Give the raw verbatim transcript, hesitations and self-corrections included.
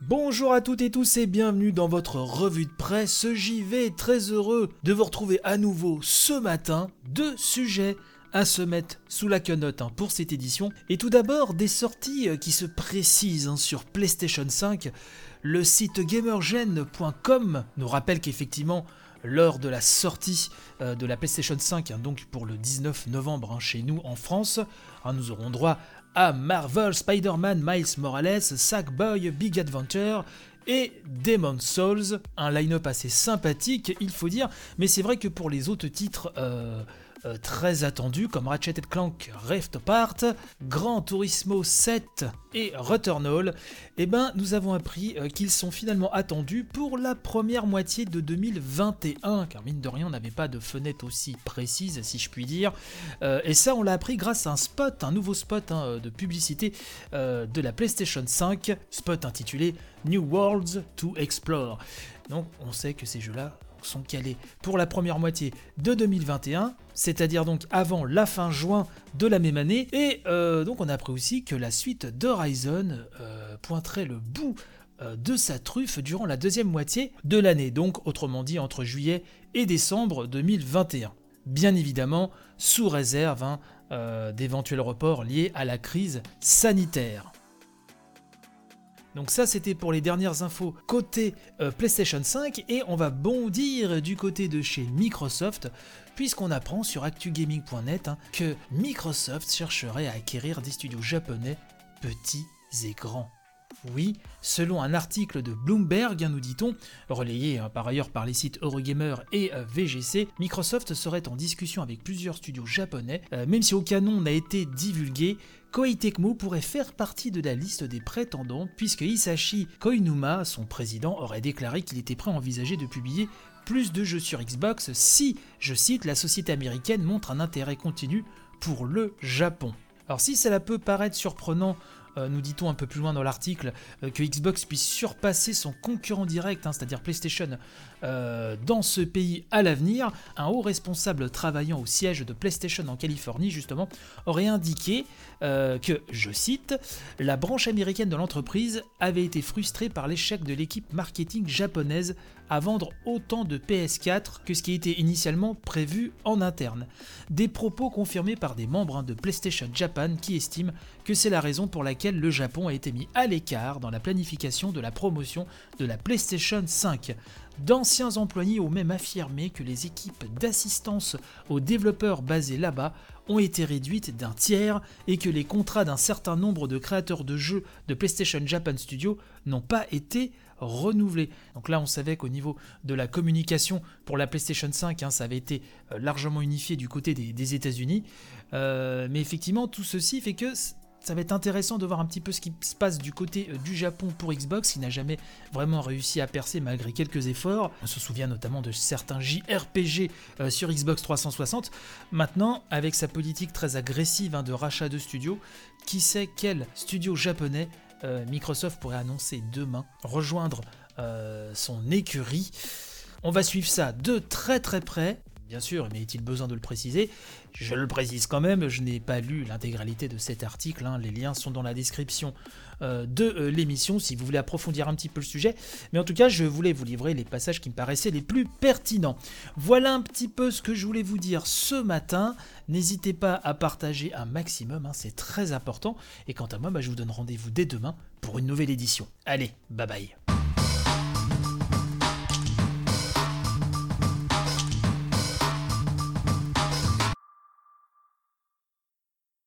Bonjour à toutes et tous et bienvenue dans votre revue de presse J V. Très heureux de vous retrouver à nouveau ce matin. Deux sujets à se mettre sous la quenotte hein, pour cette édition. Et tout d'abord, des sorties qui se précisent hein, sur PlayStation cinq. Le site gamergen point com nous rappelle qu'effectivement, lors de la sortie euh, de la PlayStation cinq, hein, donc pour le dix-neuf novembre hein, chez nous en France, hein, nous aurons droit à Marvel Spider-Man Miles Morales, Sackboy Big Adventure et Demon's Souls. Un line-up assez sympathique, il faut dire, mais c'est vrai que pour les autres titres euh, euh, très attendus comme Ratchet and Clank Rift Apart, Gran Turismo sept et Returnal, eh ben, nous avons appris euh, qu'ils sont finalement attendus pour la première moitié de deux mille vingt et un, car mine de rien on n'avait pas de fenêtre aussi précise si je puis dire, euh, et ça on l'a appris grâce à un spot, un nouveau spot hein, de publicité euh, de la PlayStation cinq, spot intitulé New Worlds to Explore. Donc on sait que ces jeux-là sont calés pour la première moitié de deux mille vingt et un, c'est-à-dire donc avant la fin juin de la même année, et euh, donc on a appris aussi que la suite d'Horizon euh, pointerait le bout euh, de sa truffe durant la deuxième moitié de l'année, donc autrement dit entre juillet et décembre deux mille vingt et un. Bien évidemment, sous réserve hein, euh, d'éventuels reports liés à la crise sanitaire. Donc ça c'était pour les dernières infos côté euh, PlayStation cinq, et on va bondir du côté de chez Microsoft puisqu'on apprend sur actu gaming point net hein, que Microsoft chercherait à acquérir des studios japonais petits et grands. Oui, selon un article de Bloomberg, nous dit-on, relayé hein, par ailleurs par les sites Eurogamer et euh, V G C, Microsoft serait en discussion avec plusieurs studios japonais, euh, même si aucun nom n'a été divulgué. Koei Tecmo pourrait faire partie de la liste des prétendants, puisque Hisashi Koinuma, son président, aurait déclaré qu'il était prêt à envisager de publier plus de jeux sur Xbox si, je cite, la société américaine montre un intérêt continu pour le Japon. Alors si cela peut paraître surprenant, Euh, nous dit-on un peu plus loin dans l'article, euh, que Xbox puisse surpasser son concurrent direct, hein, c'est-à-dire PlayStation, euh, dans ce pays à l'avenir, un haut responsable travaillant au siège de PlayStation en Californie, justement, aurait indiqué euh, que, je cite, « La branche américaine de l'entreprise avait été frustrée par l'échec de l'équipe marketing japonaise à vendre autant de P S quatre que ce qui était initialement prévu en interne. » Des propos confirmés par des membres hein, de PlayStation Japan qui estiment que c'est la raison pour laquelle le Japon a été mis à l'écart dans la planification de la promotion de la PlayStation cinq. D'anciens employés ont même affirmé que les équipes d'assistance aux développeurs basées là-bas ont été réduites d'un tiers et que les contrats d'un certain nombre de créateurs de jeux de PlayStation Japan Studio n'ont pas été renouvelés. Donc là on savait qu'au niveau de la communication pour la PlayStation cinq, hein, ça avait été largement unifié du côté des, des États-Unis, euh, mais effectivement tout ceci fait que ça va être intéressant de voir un petit peu ce qui se passe du côté du Japon pour Xbox, qui n'a jamais vraiment réussi à percer malgré quelques efforts. On se souvient notamment de certains J R P G euh, sur Xbox trois cent soixante. Maintenant, avec sa politique très agressive hein, de rachat de studios, qui sait quel studio japonais euh, Microsoft pourrait annoncer demain rejoindre euh, son écurie. On va suivre ça de très très près. Bien sûr, mais est-il besoin de le préciser? Je le précise quand même, je n'ai pas lu l'intégralité de cet article, hein, les liens sont dans la description euh, de euh, l'émission si vous voulez approfondir un petit peu le sujet, mais en tout cas je voulais vous livrer les passages qui me paraissaient les plus pertinents. Voilà un petit peu ce que je voulais vous dire ce matin, n'hésitez pas à partager un maximum, hein, c'est très important, et quant à moi bah, je vous donne rendez-vous dès demain pour une nouvelle édition. Allez, bye bye.